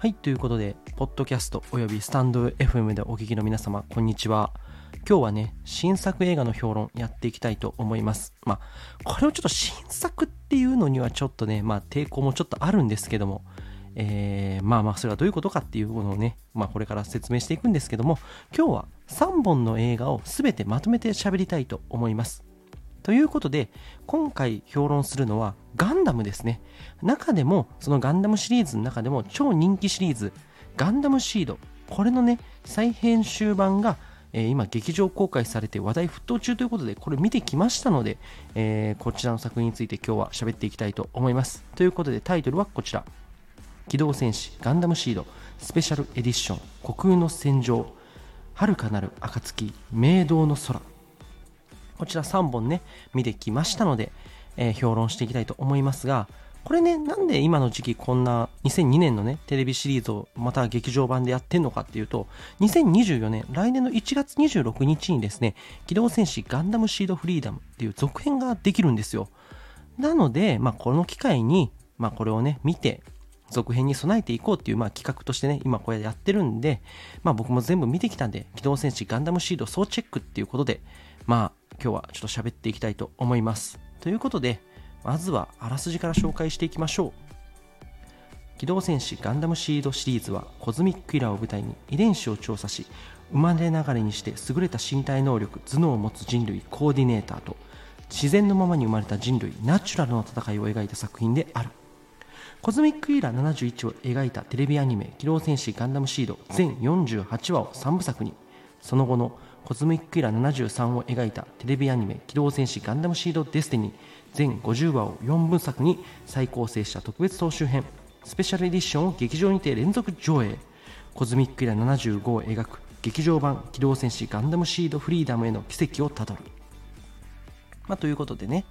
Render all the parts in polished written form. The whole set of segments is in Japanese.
はい、ということで、ポッドキャストおよびスタンド FM でお聞きの皆様、こんにちは。今日はね、新作映画の評論やっていきたいと思います。これをちょっと新作っていうのにはちょっとね、抵抗もちょっとあるんですけども、それはどういうことかっていうのをね、これから説明していくんですけども、今日は3本の映画を全てまとめて喋りたいと思います。ということで、今回評論するのはガンダムですね。中でも、そのガンダムシリーズの中でも超人気シリーズ、ガンダムシード。これのね、再編集版が、今劇場公開されて話題沸騰中ということで、これ見てきましたので、こちらの作品について今日は喋っていきたいと思います。ということで、タイトルはこちら。機動戦士ガンダムシードスペシャルエディション虚空の戦場遥かなる暁明洞の空。こちら3本ね見てきましたので、評論していきたいと思いますが、これね、なんで今の時期こんな2002年のねテレビシリーズをまた劇場版でやってんのかっていうと、2024年来年の1月26日にですね、機動戦士ガンダムシードフリーダムっていう続編ができるんですよ。なので、この機会に、これをね見て続編に備えていこうっていう企画としてね、今これやってるんで、僕も全部見てきたんで、機動戦士ガンダムシード総チェックっていうことで、今日はちょっと喋っていきたいと思います。ということで、まずはあらすじから紹介していきましょう。機動戦士ガンダムシードシリーズはコズミックイラーを舞台に遺伝子を調査し、生まれながらにして優れた身体能力頭脳を持つ人類コーディネーターと自然のままに生まれた人類ナチュラルの戦いを描いた作品である。コズミックイーラー71を描いたテレビアニメ機動戦士ガンダムシード全48話を3部作に、その後のコズミックイーラー73を描いたテレビアニメ機動戦士ガンダムシードデスティニー全50話を4部作に再構成した特別総集編スペシャルエディションを劇場にて連続上映。コズミックイーラー75を描く劇場版機動戦士ガンダムシードフリーダムへの奇跡をたどる。ということでね、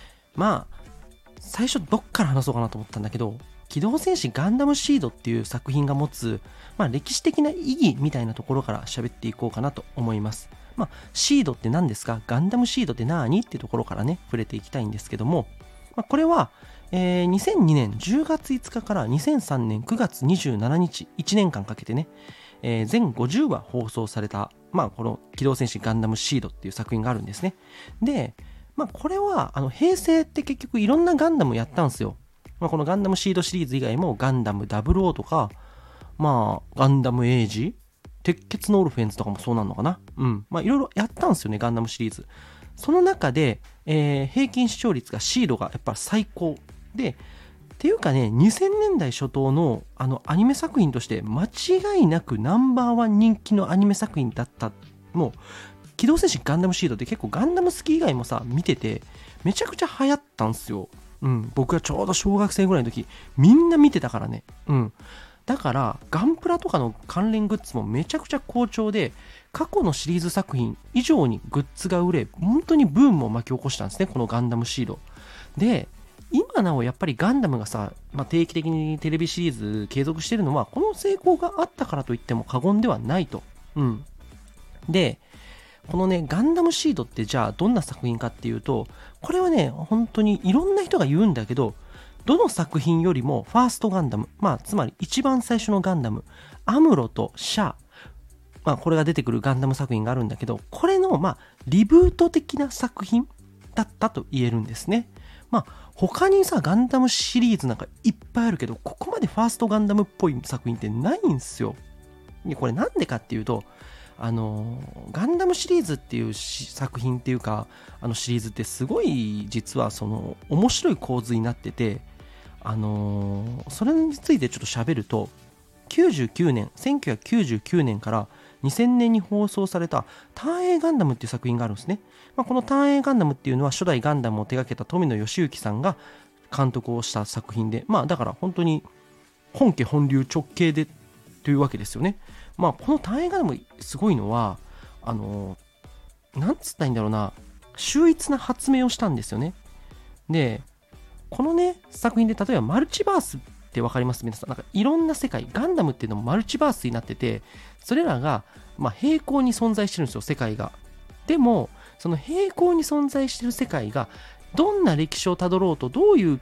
最初どっから話そうかなと思ったんだけど、機動戦士ガンダムシードっていう作品が持つ、歴史的な意義みたいなところから喋っていこうかなと思います。シードって何ですか、ガンダムシードって何っていうところからね触れていきたいんですけども、これは、2002年10月5日から2003年9月27日1年間かけてね、全50話放送された、この機動戦士ガンダムシードっていう作品があるんですね。でこれは平成って結局いろんなガンダムやったんですよ。このガンダムシードシリーズ以外もガンダム00とか、ガンダムエイジ、鉄血のオルフェンズとかもそうなのかな。いろいろやったんですよね、ガンダムシリーズ。その中で、平均視聴率がシードがやっぱ最高で、っていうかね、2000年代初頭のアニメ作品として間違いなくナンバーワン人気のアニメ作品だった。もう機動戦士ガンダムシードって結構ガンダム好き以外もさ見ててめちゃくちゃ流行ったんすよ。僕がちょうど小学生ぐらいの時みんな見てたからね。だからガンプラとかの関連グッズもめちゃくちゃ好調で、過去のシリーズ作品以上にグッズが売れ、本当にブームを巻き起こしたんですね、このガンダムシードで。今なおやっぱりガンダムがさ、定期的にテレビシリーズ継続してるのはこの成功があったからといっても過言ではないと。でこのねガンダムシードってじゃあどんな作品かっていうと、これはね本当にいろんな人が言うんだけど、どの作品よりもファーストガンダム、つまり一番最初のガンダムアムロとシャア、これが出てくるガンダム作品があるんだけど、これのリブート的な作品だったと言えるんですね。他にさガンダムシリーズなんかいっぱいあるけど、ここまでファーストガンダムっぽい作品ってないんですよ。これなんでかっていうと、ガンダムシリーズっていう作品っていうかシリーズってすごい実はその面白い構図になってて、それについてちょっと喋ると、1999年から2000年に放送されたターン A ガンダムっていう作品があるんですね。このターン A ガンダムっていうのは初代ガンダムを手掛けた富野義行さんが監督をした作品で、だから本当に本家本流直系でというわけですよね。このターン A ガンダムすごいのはなんつったらいいんだろうな、秀逸な発明をしたんですよね。でこのね作品で例えばマルチバースって分かります皆さん。なんかいろんな世界、ガンダムっていうのもマルチバースになってて、それらが平行に存在してるんですよ、世界が。でもその平行に存在してる世界がどんな歴史をたどろうと、どういう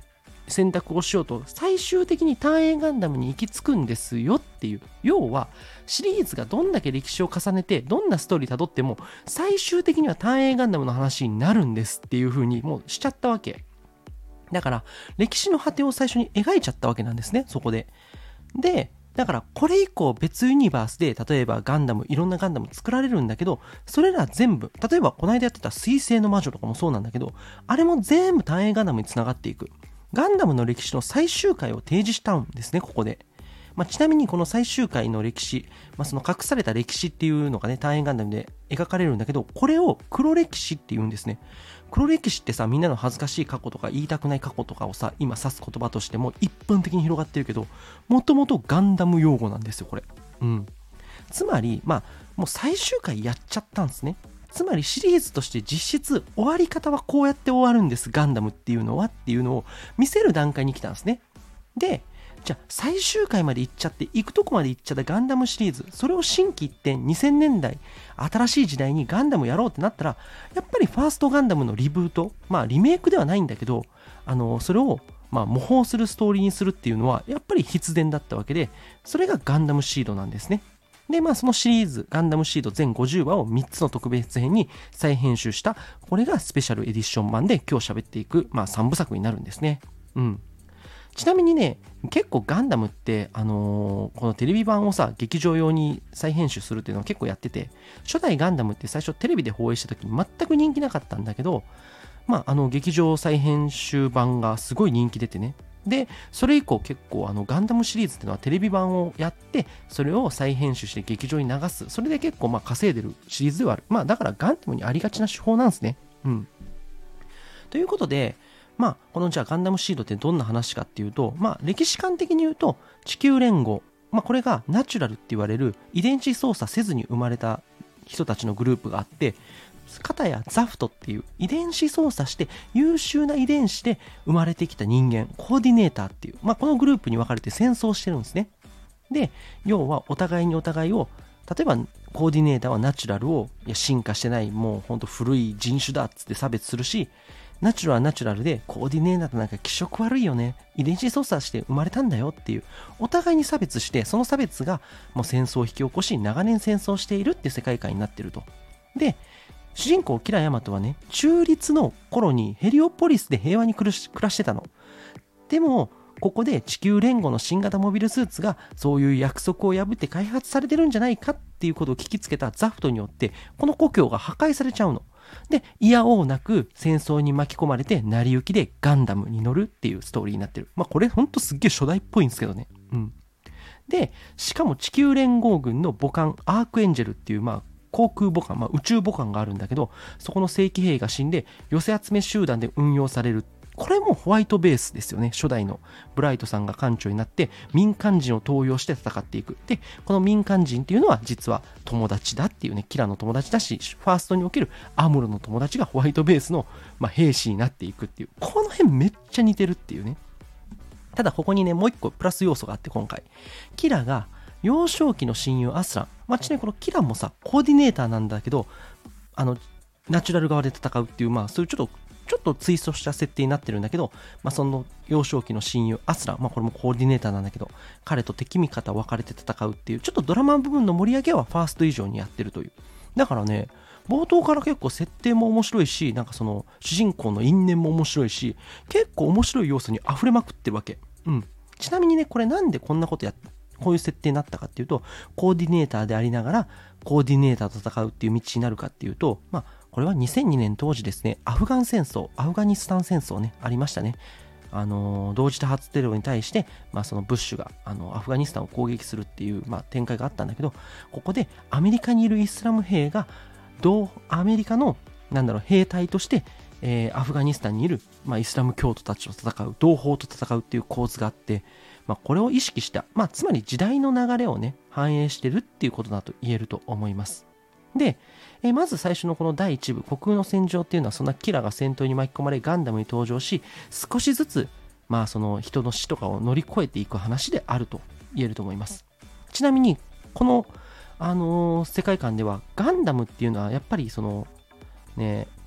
選択をしようと最終的に単影ガンダムに行き着くんですよっていう。要はシリーズがどんだけ歴史を重ねてどんなストーリー辿っても最終的には単影ガンダムの話になるんですっていう風にもうしちゃったわけだから、歴史の果てを最初に描いちゃったわけなんですね、そこで。で、だからこれ以降別ユニバースで例えばガンダム、いろんなガンダム作られるんだけど、それら全部、例えばこの間やってた水星の魔女とかもそうなんだけど、あれも全部単影ガンダムにつながっていく。ガンダムの歴史の最終回を提示したんですね、ここで。ちなみにこの最終回の歴史、その隠された歴史っていうのがね、単影ガンダムで描かれるんだけど、これを黒歴史って言うんですね。黒歴史ってさ、みんなの恥ずかしい過去とか言いたくない過去とかをさ、今指す言葉としても一般的に広がってるけど、もともとガンダム用語なんですよ、これ。つまり、もう最終回やっちゃったんですね。つまりシリーズとして実質終わり方はこうやって終わるんです、ガンダムっていうのはっていうのを見せる段階に来たんですね。で、じゃあ最終回まで行っちゃって行くとこまで行っちゃったガンダムシリーズ、それを心機一転2000年代新しい時代にガンダムやろうってなったら、やっぱりファーストガンダムのリブート、リメイクではないんだけど、それを模倣するストーリーにするっていうのはやっぱり必然だったわけで、それがガンダムシードなんですね。で、そのシリーズガンダムシード全50話を3つの特別編に再編集した、これがスペシャルエディション版で今日喋っていく、3部作になるんですね。ちなみにね、結構ガンダムって、このテレビ版をさ、劇場用に再編集するっていうのを結構やってて、初代ガンダムって最初テレビで放映した時全く人気なかったんだけど、劇場再編集版がすごい人気出てね。で、それ以降結構ガンダムシリーズっていうのはテレビ版をやって、それを再編集して劇場に流す。それで結構稼いでるシリーズではある。だからガンダムにありがちな手法なんですね。ということで、このじゃあガンダムシードってどんな話かっていうと、歴史観的に言うと地球連合、これがナチュラルって言われる遺伝子操作せずに生まれた人たちのグループがあって、片やザフトっていう遺伝子操作して優秀な遺伝子で生まれてきた人間、コーディネーターっていう、このグループに分かれて戦争してるんですね。で、要はお互いにお互いを、例えばコーディネーターはナチュラルを進化してないもうほんと古い人種だっつって差別するし、ナチュラルはナチュラルでコーディネーターとなんか気色悪いよね、遺伝子操作して生まれたんだよっていう、お互いに差別して、その差別がもう戦争を引き起こし長年戦争しているっていう世界観になってると。で、主人公キラヤマトはね、中立の頃にヘリオポリスで平和に暮らしてたの。でもここで地球連合の新型モビルスーツがそういう約束を破って開発されてるんじゃないかっていうことを聞きつけたザフトによってこの故郷が破壊されちゃうの。で、いやおうなく戦争に巻き込まれて成り行きでガンダムに乗るっていうストーリーになってる。これほんとすっげえ初代っぽいんですけどね。で、しかも地球連合軍の母艦アークエンジェルっていう航空母艦、宇宙母艦があるんだけど、そこの正規兵が死んで寄せ集め集団で運用される。これもホワイトベースですよね。初代のブライトさんが艦長になって民間人を登用して戦っていく。で、この民間人っていうのは実は友達だっていうね、キラの友達だし、ファーストにおけるアムロの友達がホワイトベースの、兵士になっていくっていう、この辺めっちゃ似てるっていうね。ただここにね、もう一個プラス要素があって、今回キラが幼少期の親友アスラン、ちなみにこのキラもさコーディネーターなんだけど、ナチュラル側で戦うっていう、そういうちょっとツイストした設定になってるんだけど、その幼少期の親友アスラン、これもコーディネーターなんだけど、彼と敵味方分かれて戦うっていう、ちょっとドラマ部分の盛り上げはファースト以上にやってるという。だからね、冒頭から結構設定も面白いし、なんかその主人公の因縁も面白いし、結構面白い要素に溢れまくってるわけ。ちなみにね、これなんでこんなことこういう設定になったかっていうと、コーディネーターでありながらコーディネーターと戦うっていう道になるかっていうと、これは2002年当時ですね、アフガニスタン戦争ね、ありましたね。同時多発テロに対して、そのブッシュがアフガニスタンを攻撃するっていう、展開があったんだけど、ここでアメリカにいるイスラム兵がアメリカの兵隊として、アフガニスタンにいる、イスラム教徒たちと戦う、同胞と戦うっていう構図があって、これを意識した、つまり時代の流れをね反映してるっていうことだと言えると思います。で、まず最初のこの第1部、虚空の戦場っていうのは、そんなキラが戦闘に巻き込まれガンダムに登場し、少しずつその人の死とかを乗り越えていく話であると言えると思います。ちなみにこの世界観ではガンダムっていうのはやっぱりそのね、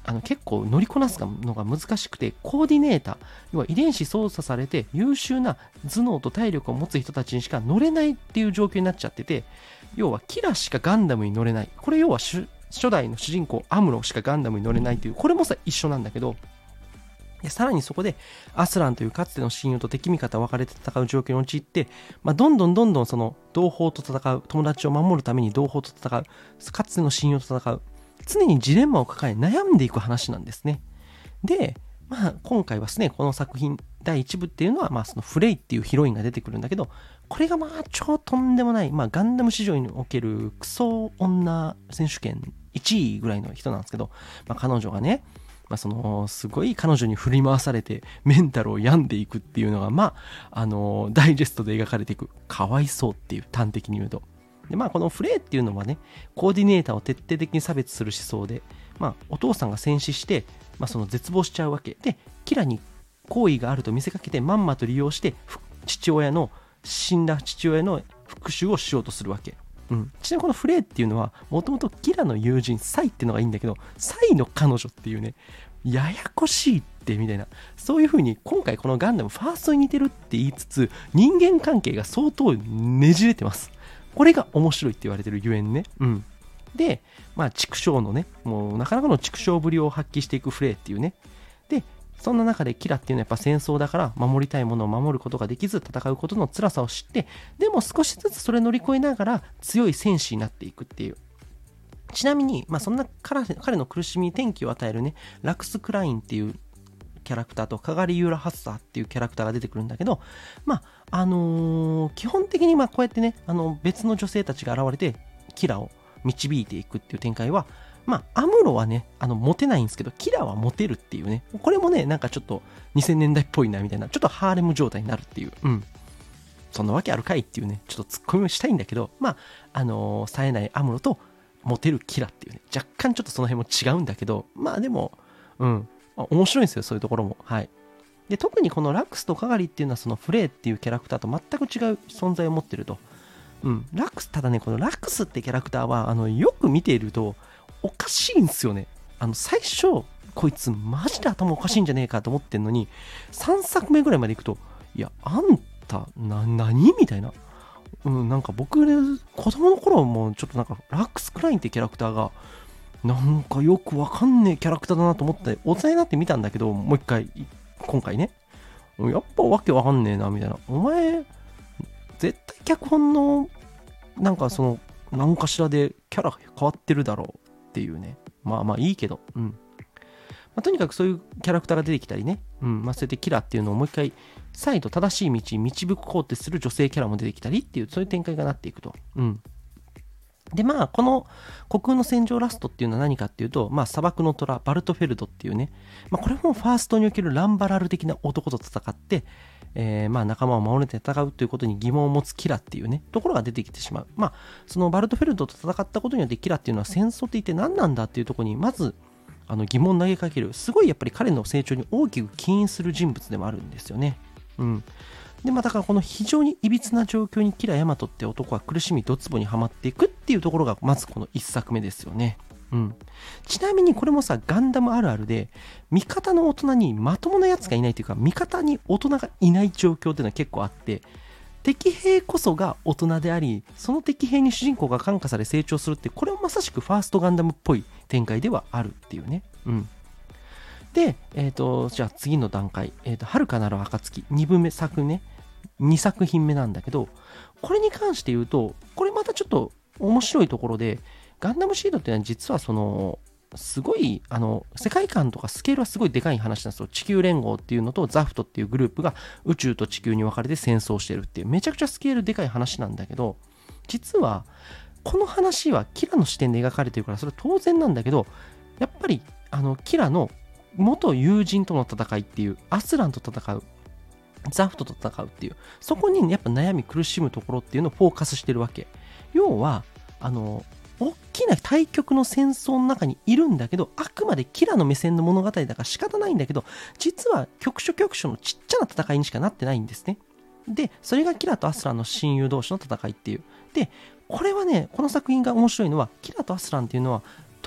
結構乗りこなすのが難しくて、コーディネーター、要は遺伝子操作されて優秀な頭脳と体力を持つ人たちにしか乗れないっていう状況になっちゃってて、要はキラしかガンダムに乗れない。これ要は初代の主人公アムロしかガンダムに乗れないっていう、これもさ一緒なんだけど、さらにそこでアスランというかつての親友と敵味方分かれて戦う状況に陥って、どんどんその同胞と戦う、友達を守るために同胞と戦う、かつての親友と戦う、常にジレンマを抱え悩んでいく話なんですね。で、今回はですね、この作品第1部っていうのは、そのフレイっていうヒロインが出てくるんだけど、これが超とんでもない、ガンダム史上におけるクソ女選手権1位ぐらいの人なんですけど、彼女がね、すごい彼女に振り回されてメンタルを病んでいくっていうのが、ダイジェストで描かれていく。かわいそうっていう、端的に言うと。で、このフレイっていうのはね、コーディネーターを徹底的に差別する思想で、お父さんが戦死して、その絶望しちゃうわけで、キラに好意があると見せかけてまんまと利用して、死んだ父親の復讐をしようとするわけ。ちなみにこのフレイっていうのはもともとキラの友人サイっていうのがいいんだけど、サイの彼女っていうね、ややこしいってみたいな、そういう風に今回このガンダムファーストに似てるって言いつつ、人間関係が相当ねじれてます。これが面白いって言われてるゆえんね。で、畜生のね、もうなかなかの畜生ぶりを発揮していくフレイっていうね。で、そんな中でキラっていうのはやっぱ戦争だから守りたいものを守ることができず戦うことの辛さを知って、でも少しずつそれ乗り越えながら強い戦士になっていくっていう。ちなみに、そんな彼の苦しみに転機を与えるね、ラクス・クラインっていうキャラクターとカガリ・ユーラ・ハッサーっていうキャラクターが出てくるんだけど、基本的にこうやってね、別の女性たちが現れてキラを導いていくっていう展開は、アムロはね、モテないんですけど、キラはモテるっていうね、これもね、なんかちょっと2000年代っぽいなみたいな、ちょっとハーレム状態になるっていう、そんなわけあるかいっていうね、ちょっとツッコミをしたいんだけど、冴えないアムロとモテるキラっていうね、若干ちょっとその辺も違うんだけど、でも、面白いんですよ、そういうところも。はい。で、特にこのラックスとカガリっていうのは、そのフレイっていうキャラクターと全く違う存在を持ってると。ただね、このラックスってキャラクターは、よく見ていると、おかしいんですよね。最初、こいつマジで頭おかしいんじゃねえかと思ってんのに、3作目ぐらいまで行くと、いや、あんた、何みたいな。なんか僕、子供の頃もちょっとなんか、ラックス・クラインってキャラクターが、なんかよくわかんねえキャラクターだなと思って、大人になって見たんだけど、もう一回、今回ね、やっぱわけわかんねえな、みたいな。お前、絶対脚本の、なんか何かしらでキャラ変わってるだろうっていうね。いいけど。とにかくそういうキャラクターが出てきたりね。そうやってキラっていうのをもう一回、再度正しい道に導こうってする女性キャラも出てきたりっていう、そういう展開がなっていくと。で、この虚空の戦場ラストっていうのは何かっていうと、砂漠の虎、バルトフェルドっていうね、これもファーストにおけるランバラル的な男と戦って、仲間を守れて戦うということに疑問を持つキラっていうね、ところが出てきてしまう。そのバルトフェルドと戦ったことによってキラっていうのは戦争って一体何なんだっていうところに、まず、疑問を投げかける、すごいやっぱり彼の成長に大きく起因する人物でもあるんですよね。で、だからこの非常に歪な状況にキラ・ヤマトって男は苦しみドツボにはまっていくっていうところがまずこの1作目ですよね。ちなみにこれもさ、ガンダムあるあるで、味方の大人にまともなやつがいないというか、味方に大人がいない状況っていうのは結構あって、敵兵こそが大人であり、その敵兵に主人公が感化され成長するって、これはまさしくファーストガンダムっぽい展開ではあるっていうね。で、じゃあ次の段階、遥かなる暁、2作品目なんだけど、これに関して言うと、これまたちょっと面白いところで、ガンダムシードっていうのは実はすごい、世界観とかスケールはすごいでかい話なんですよ。地球連合っていうのとザフトっていうグループが宇宙と地球に分かれて戦争してるっていう、めちゃくちゃスケールでかい話なんだけど、実は、この話はキラの視点で描かれてるから、それは当然なんだけど、やっぱり、キラの元友人との戦いっていう、アスランと戦う、ザフトと戦うっていう、そこにやっぱ悩み苦しむところっていうのをフォーカスしてるわけ。要は、大きな対極の戦争の中にいるんだけど、あくまでキラの目線の物語だから仕方ないんだけど、実は局所局所のちっちゃな戦いにしかなってないんですね。で、それがキラとアスランの親友同士の戦いっていう。で、これはね、この作品が面白いのは、キラとアスランっていうのは、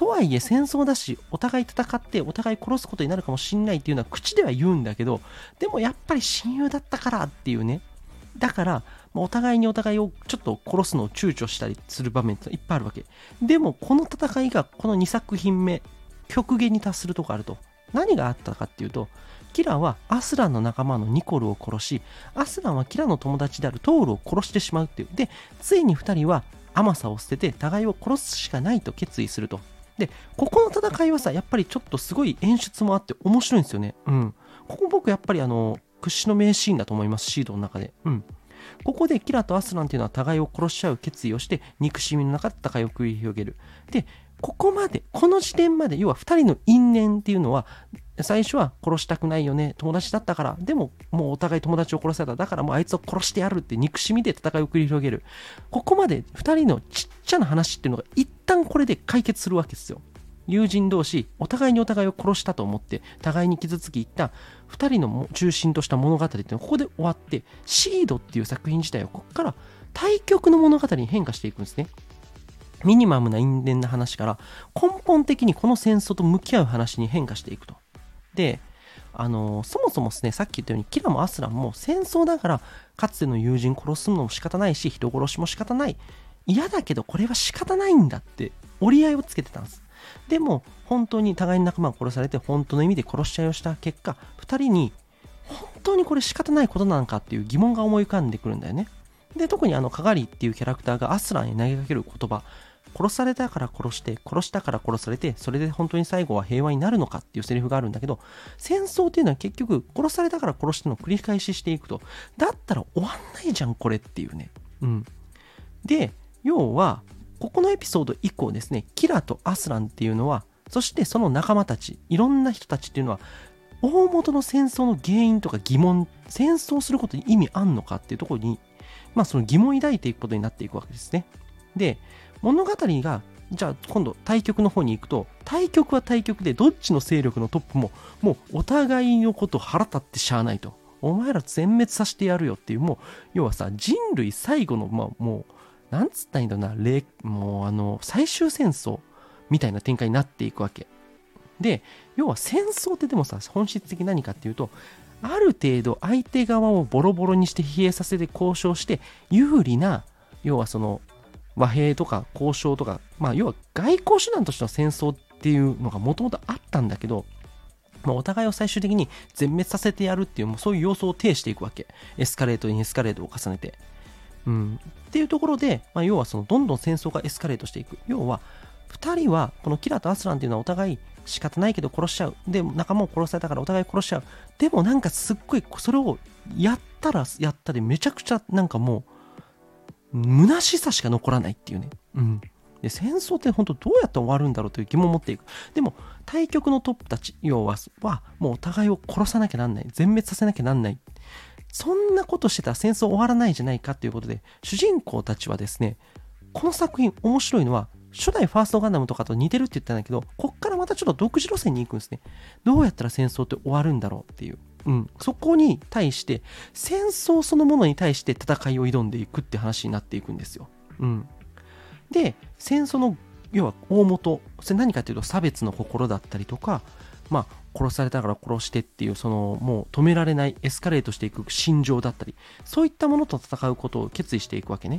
とはいえ戦争だし、お互い戦ってお互い殺すことになるかもしんないっていうのは口では言うんだけど、でもやっぱり親友だったからっていうね。だから、お互いにお互いをちょっと殺すのを躊躇したりする場面っていっぱいあるわけ。でもこの戦いがこの2作品目、極限に達するとこあると。何があったかっていうと、キラはアスランの仲間のニコルを殺し、アスランはキラの友達であるトールを殺してしまうっていう。で、ついに2人は甘さを捨てて互いを殺すしかないと決意すると。で、ここの戦いはさ、やっぱりちょっとすごい演出もあって面白いんですよね。ここ僕やっぱり屈指の名シーンだと思います、シードの中で。ここでキラとアスランっていうのは互いを殺し合う決意をして憎しみの中で戦いを繰り広げる。で、この時点まで、要は2人の因縁っていうのは、最初は殺したくないよね、友達だったから、でももうお互い友達を殺された、だからもうあいつを殺してやるって憎しみで戦いを繰り広げる。ここまで2人のちっちゃな話っていうのが一旦これで解決するわけですよ。友人同士、お互いにお互いを殺したと思って、互いに傷つきいった2人の中心とした物語っていうのはここで終わって、シードっていう作品自体はここから対極の物語に変化していくんですね。ミニマムな因縁な話から根本的にこの戦争と向き合う話に変化していくと。で、そもそもですね、さっき言ったようにキラもアスランも戦争だからかつての友人殺すのも仕方ないし、人殺しも仕方ない。嫌だけどこれは仕方ないんだって折り合いをつけてたんです。でも本当に互いに仲間が殺されて本当の意味で殺し合いをした結果、2人に本当にこれ仕方ないことなのかっていう疑問が思い浮かんでくるんだよね。で、特にカガリっていうキャラクターがアスランに投げかける言葉、殺されたから殺して、殺したから殺されて、それで本当に最後は平和になるのかっていうセリフがあるんだけど、戦争っていうのは結局殺されたから殺しての繰り返ししていくと。だったら終わんないじゃんこれっていうね。で、要はここのエピソード以降ですね、キラとアスランっていうのは、そしてその仲間たち、いろんな人たちっていうのは、大元の戦争の原因とか疑問、戦争することに意味あんのかっていうところに、その疑問を抱いていくことになっていくわけですね。で、物語が、じゃあ今度対局の方に行くと、対局は対局でどっちの勢力のトップも、もうお互いのこと腹立ってしゃあないと。お前ら全滅させてやるよっていう、もう、要はさ、人類最後の、もう、なんつったらいいんだろうな、もう最終戦争みたいな展開になっていくわけ。で、要は戦争ってでもさ、本質的に何かっていうと、ある程度相手側をボロボロにして疲弊させて交渉して、有利な、要はその和平とか交渉とか、要は外交手段としての戦争っていうのがもともとあったんだけど、お互いを最終的に全滅させてやるっていう、もうそういう要素を呈していくわけ。エスカレートにエスカレートを重ねて。っていうところで、要はそのどんどん戦争がエスカレートしていく。要は、2人は、このキラとアスランっていうのはお互い仕方ないけど殺しちゃう。で、仲間を殺されたからお互い殺しちゃう。でもなんかすっごい、それをやったらやったでめちゃくちゃなんかもう、虚しさしか残らないっていうね。で、戦争って本当どうやって終わるんだろうという疑問を持っていく。でも、対局のトップたち、要はもうお互いを殺さなきゃなんない。全滅させなきゃなんない。そんなことしてたら戦争終わらないじゃないかということで、主人公たちはですね、この作品面白いのは、初代ファーストガンダムとかと似てるって言ったんだけど、こっからまたちょっと独自路線に行くんですね。どうやったら戦争って終わるんだろうっていう。そこに対して、戦争そのものに対して戦いを挑んでいくって話になっていくんですよ。で、戦争の、要は大元、それ何かっていうと差別の心だったりとか、殺されたから殺してっていう、そのもう止められないエスカレートしていく心情だったり、そういったものと戦うことを決意していくわけね。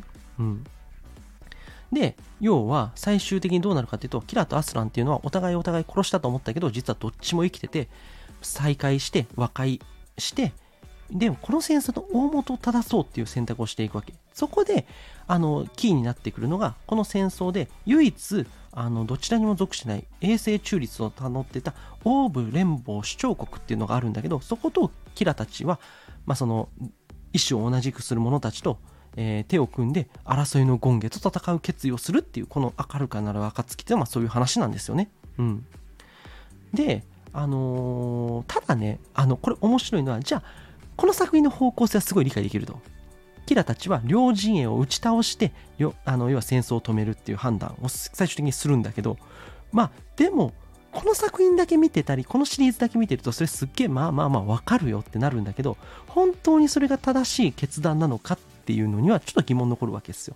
で、要は最終的にどうなるかっていうと、キラとアスランっていうのはお互い殺したと思ったけど、実はどっちも生きてて、再会して和解して、でもこの戦争の大元を正そうっていう選択をしていくわけ。そこでキーになってくるのが、この戦争で唯一どちらにも属してない永世中立を保ってたオーブ連邦首長国っていうのがあるんだけど、そことキラたちは、その意思を同じくする者たちと、手を組んで争いの権化と戦う決意をするっていう、この明るくなる暁っていうのはそういう話なんですよね。で、ただね、これ面白いのは、じゃあこの作品の方向性はすごい理解できると。キラたちは両陣営を打ち倒して要は戦争を止めるっていう判断を最終的にするんだけど、でもこの作品だけ見てたり、このシリーズだけ見てると、それすっげえわかるよってなるんだけど、本当にそれが正しい決断なのかっていうのにはちょっと疑問残るわけですよ。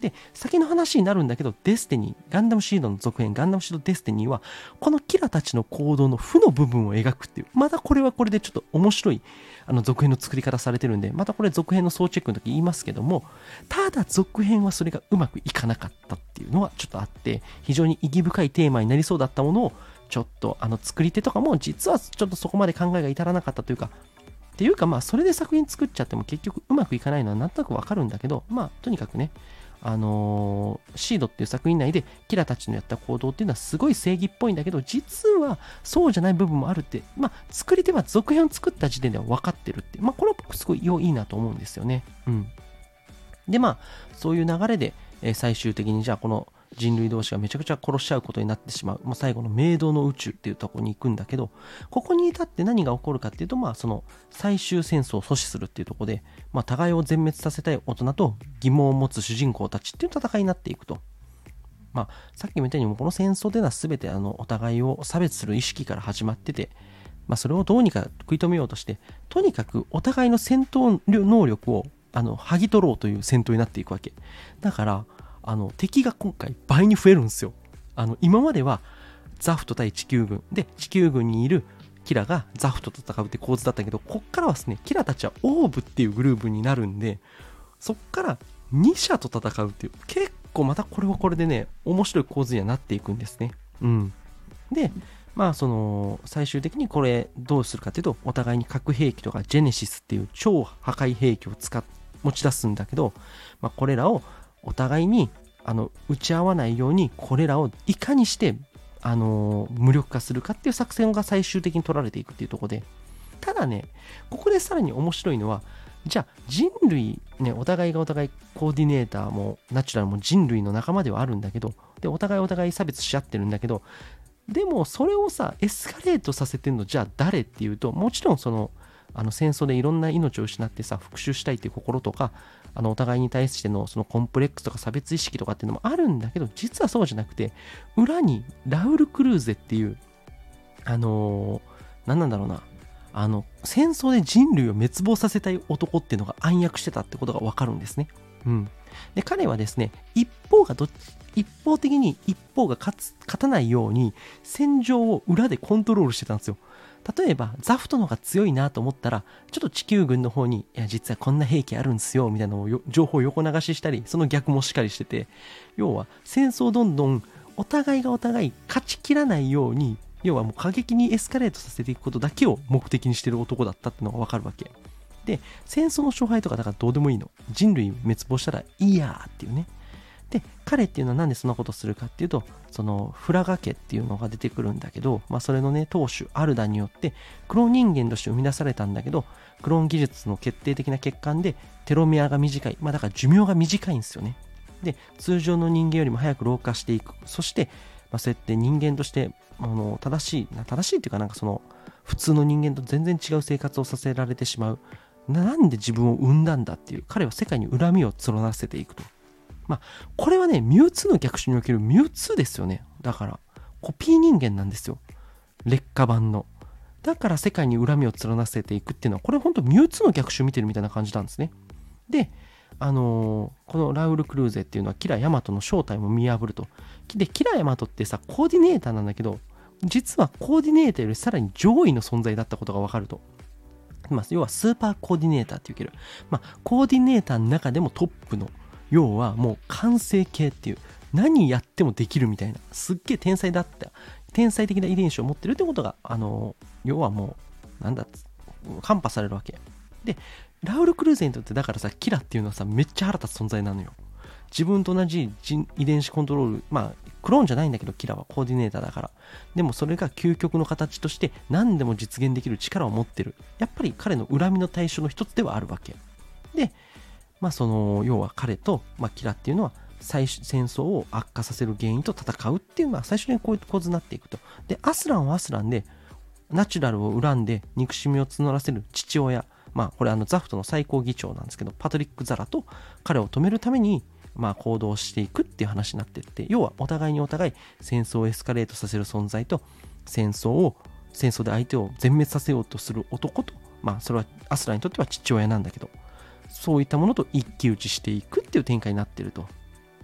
で、先の話になるんだけど、デスティニー、ガンダムシードの続編、ガンダムシードデスティニーは、このキラたちの行動の負の部分を描くっていう、またこれはこれでちょっと面白い、続編の作り方されてるんで、またこれ続編の総チェックの時言いますけども、ただ続編はそれがうまくいかなかったっていうのはちょっとあって、非常に意義深いテーマになりそうだったものを、ちょっと作り手とかも実はちょっとそこまで考えが至らなかったというか、まあそれで作品作っちゃっても結局うまくいかないのはなんとなくわかるんだけど、まあとにかくね、シードっていう作品内でキラたちのやった行動っていうのはすごい正義っぽいんだけど、実はそうじゃない部分もあるって、まあ作り手は続編を作った時点では分かってるって、まあこれは僕すごいいいなと思うんですよね。うん。でまあそういう流れで、最終的にじゃあこの人類同士がめちゃくちゃ殺し合うことになってしまう、まあ、最後の冥道の宇宙っていうところに行くんだけど、ここに至って何が起こるかっていうと、まあその最終戦争を阻止するっていうところで、まあ、互いを全滅させたい大人と疑問を持つ主人公たちっていう戦いになっていくと。まあさっきも言ったようにこの戦争というのは全てお互いを差別する意識から始まってて、まあ、それをどうにか食い止めようとして、とにかくお互いの戦闘能力を剥ぎ取ろうという戦闘になっていくわけだから、敵が今回倍に増えるんですよ。今まではザフト対地球軍で、地球軍にいるキラがザフトと戦うって構図だったけど、こっからはですね、キラたちはオーブっていうグループになるんで、そっから2社と戦うっていう、結構またこれはこれでね、面白い構図にはなっていくんですね。うん。で、まあ最終的にこれどうするかというと、お互いに核兵器とかジェネシスっていう超破壊兵器を持ち出すんだけど、まあ、これらをお互いに打ち合わないように、これらをいかにして無力化するかっていう作戦が最終的に取られていくっていうところで、ただね、ここでさらに面白いのは、じゃあ人類ね、お互いがお互いコーディネーターもナチュラルも人類の仲間ではあるんだけど、でお互い差別し合ってるんだけど、でもそれをさエスカレートさせてんのじゃあ誰っていうと、もちろん戦争でいろんな命を失ってさ復讐したいっていう心とか、お互いに対してのそのコンプレックスとか差別意識とかっていうのもあるんだけど、実はそうじゃなくて、裏にラウル・クルーゼっていう何なんだろうな、戦争で人類を滅亡させたい男っていうのが暗躍してたってことが分かるんですね。うん。で彼はですね、一方的に一方が勝たないように戦場を裏でコントロールしてたんですよ。例えばザフトの方が強いなと思ったら、ちょっと地球軍の方に、いや実はこんな兵器あるんですよみたいなのを情報を横流ししたり、その逆もしっかりしてて、要は戦争をどんどんお互いがお互い勝ちきらないように、要はもう過激にエスカレートさせていくことだけを目的にしてる男だったっていうのが分かるわけで、戦争の勝敗とかだからどうでもいいの、人類滅亡したらいいやーっていうね。で彼っていうのはなんでそんなことするかっていうと、そのフラガ家っていうのが出てくるんだけど、まあ、それのね当主アルダによってクローン人間として生み出されたんだけど、クローン技術の決定的な欠陥でテロメアが短い、まあ、だから寿命が短いんですよね。で通常の人間よりも早く老化していく。そして、まあ、そうやって人間として正しいっていうか、なんかその普通の人間と全然違う生活をさせられてしまう。なんで自分を生んだんだっていう、彼は世界に恨みを募らせていくと。まあこれはねミュウツーの逆襲におけるミュウツーですよね。だからコピー人間なんですよ、劣化版の。だから世界に恨みを募らせていくっていうのは、これ本当ミュウツーの逆襲見てるみたいな感じなんですね。でこのラウル・クルーゼっていうのはキラ・ヤマトの正体も見破ると。でキラ・ヤマトってさコーディネーターなんだけど、実はコーディネーターよりさらに上位の存在だったことが分かると。まあ、要はスーパーコーディネーターっていうけど、まあ、コーディネーターの中でもトップの、要はもう完成形っていう、何やってもできるみたいな、すっげえ天才だった、天才的な遺伝子を持ってるってことが要はもうなんだカンパされるわけで、ラウル・クルーゼにとってだからさ、キラっていうのはさめっちゃ腹立つ存在なのよ。自分と同じ遺伝子コントロール、まあクローンじゃないんだけどキラはコーディネーターだから、でもそれが究極の形として何でも実現できる力を持ってる、やっぱり彼の恨みの対象の一つではあるわけで、まあ要は彼と、まあ、キラっていうのは戦争を悪化させる原因と戦うっていう、まあ最初にこういう構図になっていくと。でアスランはアスランでナチュラルを恨んで憎しみを募らせる父親、まあこれザフトの最高議長なんですけど、パトリック・ザラと彼を止めるためにまあ行動していくっていう話になっていって、要はお互いにお互い戦争をエスカレートさせる存在と、戦争で相手を全滅させようとする男と、まあそれはアスラにとっては父親なんだけど、そういったものと一騎打ちしていくっていう展開になっていると。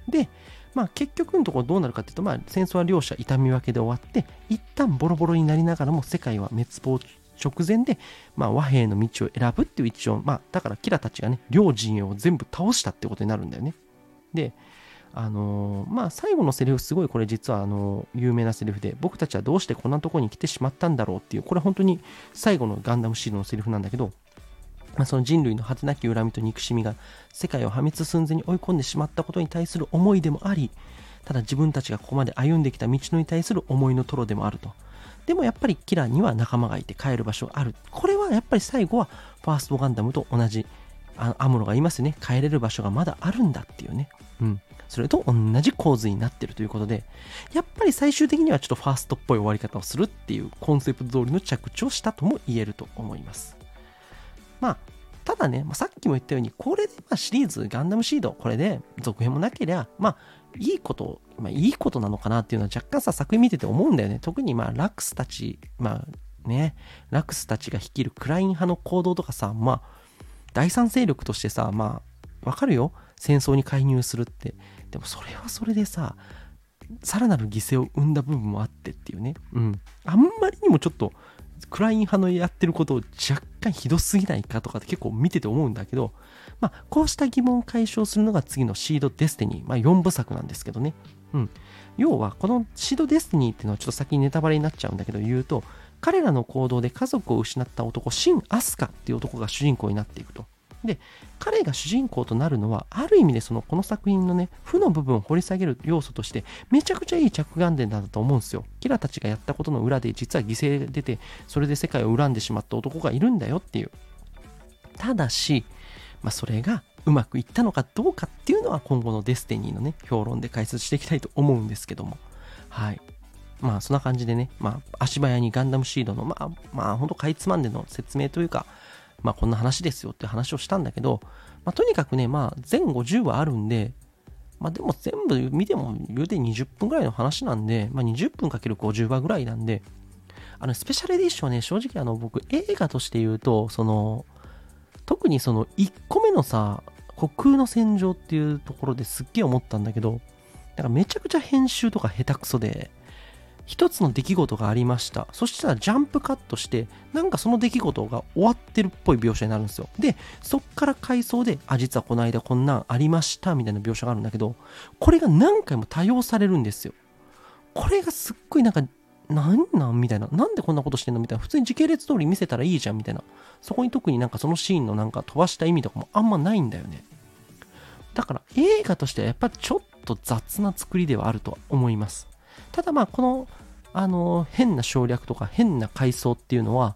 で、結局のところどうなるかっていうと、戦争は両者痛み分けで終わって、一旦ボロボロになりながらも世界は滅亡直前で、和平の道を選ぶっていう一応、だからキラたちがね、両陣営を全部倒したってことになるんだよね。で、最後のセリフすごいこれ実は有名なセリフで、僕たちはどうしてこんなとこに来てしまったんだろうっていう、これ本当に最後のガンダムシードのセリフなんだけど、その人類の果てなき恨みと憎しみが世界を破滅寸前に追い込んでしまったことに対する思いでもあり、ただ自分たちがここまで歩んできた道のに対する思いのトロでもあると。でもやっぱりキラには仲間がいて帰る場所がある。これはやっぱり最後はファーストガンダムと同じアムロがいますよね。帰れる場所がまだあるんだっていうね。それと同じ構図になってるということで、やっぱり最終的にはちょっとファーストっぽい終わり方をするっていうコンセプト通りの着地をしたとも言えると思います。ただね、さっきも言ったように、これでシリーズガンダムシード、これで続編もなければ、いいことなのかなっていうのは若干作品見てて思うんだよね。特にラクスたち、ラクスたちが率いるクライン派の行動とかさ、第三勢力としてさ、わかるよ。戦争に介入するって。でもそれはそれでさ、さらなる犠牲を生んだ部分もあってっていうね。あんまりにもちょっと、クライン派のやってることを若干ひどすぎないかとかって結構見てて思うんだけど、こうした疑問を解消するのが次のシードデスティニー、4部作なんですけどね。要はこのシードデスティニーっていうのはちょっと先にネタバレになっちゃうんだけど言うと、彼らの行動で家族を失った男、シン・アスカっていう男が主人公になっていくと。で、彼が主人公となるのは、ある意味でこの作品のね、負の部分を掘り下げる要素として、めちゃくちゃいい着眼点だと思うんですよ。キラたちがやったことの裏で、実は犠牲が出て、それで世界を恨んでしまった男がいるんだよっていう。ただし、それがうまくいったのかどうかっていうのは、今後のデスティニーのね、評論で解説していきたいと思うんですけども。はい。そんな感じでね、足早にガンダムシードの、ほんとかいつまんでの説明というか、こんな話ですよって話をしたんだけど、とにかくね、前後10話あるんで、でも全部見ても言うて20分ぐらいの話なんで、20分かける50話ぐらいなんで、スペシャルエディションはね、正直僕映画として言うと、特に1個目のさ、虚空の戦場っていうところですっげえ思ったんだけど、めちゃくちゃ編集とか下手くそで、一つの出来事がありました。そしたらジャンプカットして、その出来事が終わってるっぽい描写になるんですよ。で、そっから回想で、実はこの間こんなんありましたみたいな描写があるんだけど、これが何回も多用されるんですよ。これがすっごいなんみたいな。なんでこんなことしてんのみたいな。普通に時系列通り見せたらいいじゃんみたいな。そこに特にそのシーンの飛ばした意味とかもあんまないんだよね。だから映画としてはやっぱりちょっと雑な作りではあるとは思います。ただこの変な省略とか変な回想っていうのは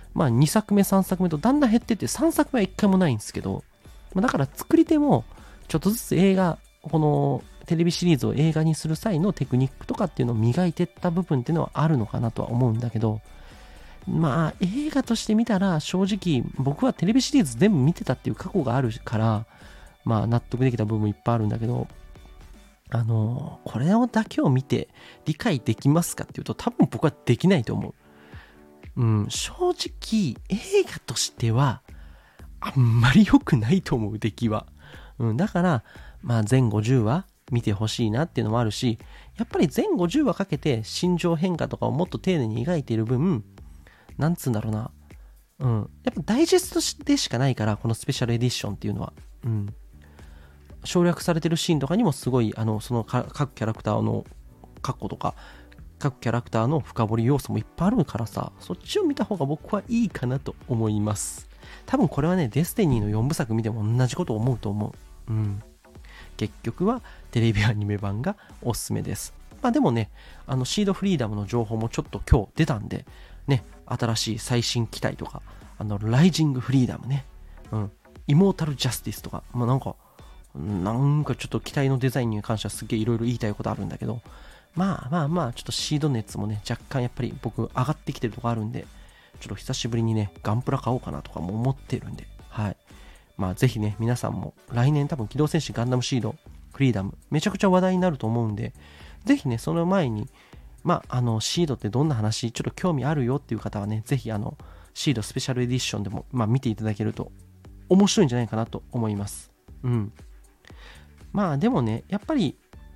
2作目3作目とだんだん減ってって3作目は1回もないんですけど、だから作り手もちょっとずつこのテレビシリーズを映画にする際のテクニックとかっていうのを磨いていった部分っていうのはあるのかなとは思うんだけど、映画として見たら正直僕はテレビシリーズ全部見てたっていう過去があるから納得できた部分いっぱいあるんだけど、これだけを見て理解できますかっていうと多分僕はできないと思う。正直映画としてはあんまり良くないと思う、出来は。だから前後10話見てほしいなっていうのもあるし、やっぱり前後10話かけて心情変化とかをもっと丁寧に描いている分、なんつうんだろうな、やっぱダイジェストでしかないから、このスペシャルエディションっていうのは、省略されてるシーンとかにもすごいその各キャラクターのカッコとか各キャラクターの深掘り要素もいっぱいあるからさ、そっちを見た方が僕はいいかなと思います。多分これはね、デスティニーの4部作見ても同じことを思うと思う。結局はテレビアニメ版がおすすめです。でもね、シードフリーダムの情報もちょっと今日出たんでね、新しい最新機体とかライジングフリーダムね、イモータルジャスティスとか、なんかちょっと機体のデザインに関してはすげえいろいろ言いたいことあるんだけど、ちょっとシード熱もね、若干やっぱり僕上がってきてるとこあるんで、ちょっと久しぶりにね、ガンプラ買おうかなとかも思ってるんで、はい。ぜひね、皆さんも来年多分機動戦士ガンダムシードフリーダムめちゃくちゃ話題になると思うんで、ぜひね、その前にシードってどんな話ちょっと興味あるよっていう方はね、ぜひシードスペシャルエディションでも見ていただけると面白いんじゃないかなと思います。でもね、やっぱり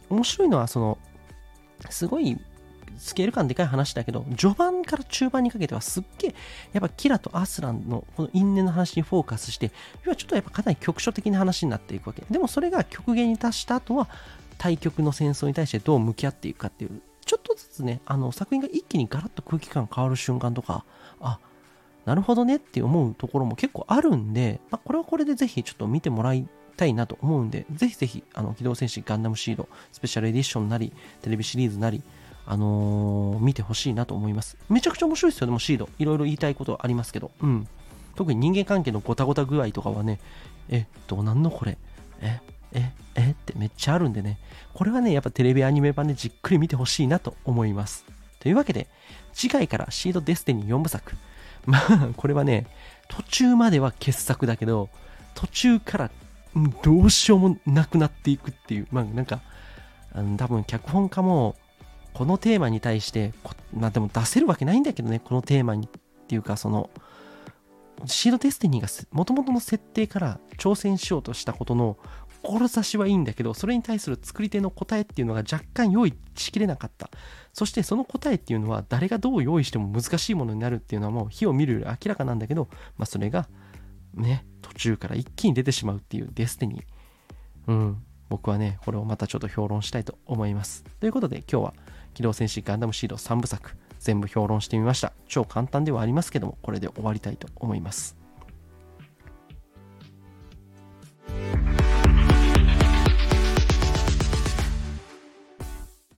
面白いのはすごいスケール感でかい話だけど、序盤から中盤にかけてはすっげえやっぱキラとアスランのこの因縁の話にフォーカスして、要はちょっとやっぱかなり局所的な話になっていくわけでも、それが極限に達した後は対極の戦争に対してどう向き合っていくかっていう、ちょっとずつね作品が一気にガラッと空気感変わる瞬間とか、なるほどねって思うところも結構あるんで、これはこれでぜひちょっと見てもらいたいなと思うんで、ぜひぜひ機動戦士ガンダムシードスペシャルエディションなりテレビシリーズなり見てほしいなと思います。めちゃくちゃ面白いですよ。でもシードいろいろ言いたいことありますけど、特に人間関係のゴタゴタ具合とかはね、どうなんのこれ、ってめっちゃあるんでね、これはねやっぱテレビアニメ版でじっくり見てほしいなと思います。というわけで次回からシードデスティニー4部作、これはね途中までは傑作だけど、途中からどうしようもなくなっていくっていう、なんか多分脚本家もこのテーマに対してでも出せるわけないんだけどね、このテーマにっていうか、シードデスティニーが元々の設定から挑戦しようとしたことの志はいいんだけど、それに対する作り手の答えっていうのが若干用意しきれなかった。そしてその答えっていうのは誰がどう用意しても難しいものになるっていうのはもう火を見るより明らかなんだけど、それがね途中から一気に出てしまうっていうデスティニー。僕はねこれをまたちょっと評論したいと思います。ということで今日は機動戦士ガンダムシード3部作全部評論してみました。超簡単ではありますけども、これで終わりたいと思います。